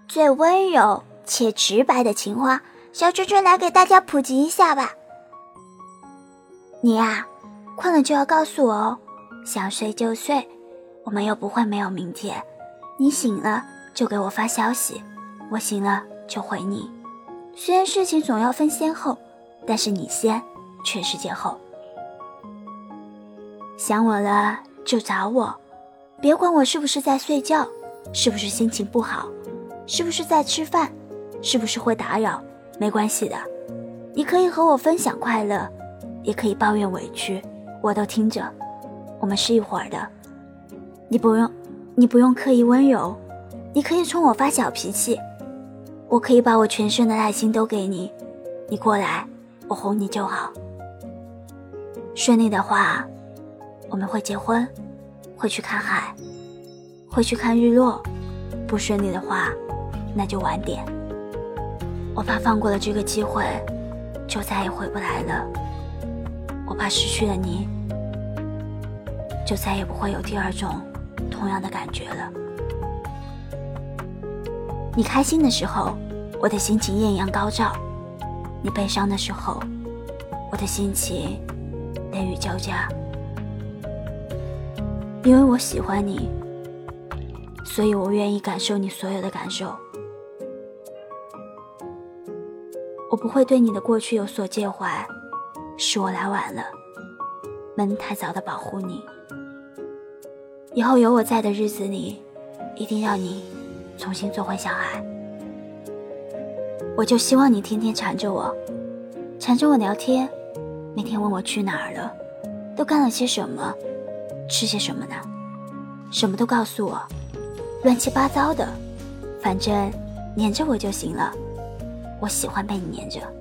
最温柔且直白的情话，小春春来给大家普及一下吧。你呀，困了就要告诉我哦，想睡就睡，我们又不会没有明天。你醒了就给我发消息，我醒了就回你。虽然事情总要分先后，但是你先，全世界后。想我了就找我，别管我是不是在睡觉，是不是心情不好，是不是在吃饭，是不是会打扰，没关系的。你可以和我分享快乐，也可以抱怨委屈，我都听着，我们是一伙儿的。你不用刻意温柔，你可以冲我发小脾气，我可以把我全身的爱心都给你，你过来，我哄你就好。顺利的话，我们会结婚，会去看海，会去看日落。不顺利的话，那就晚点。我怕放过了这个机会，就再也回不来了。我怕失去了你，就再也不会有第二种同样的感觉了。你开心的时候，我的心情艳阳高照；你悲伤的时候，我的心情雷雨交加。因为我喜欢你，所以我愿意感受你所有的感受。我不会对你的过去有所介怀，是我来晚了，门太早的保护你。以后有我在的日子里，一定让你重新做回小孩。我就希望你天天缠着我聊天，每天问我去哪儿了，都干了些什么，吃些什么呢？什么都告诉我，乱七八糟的，反正黏着我就行了。我喜欢被你黏着。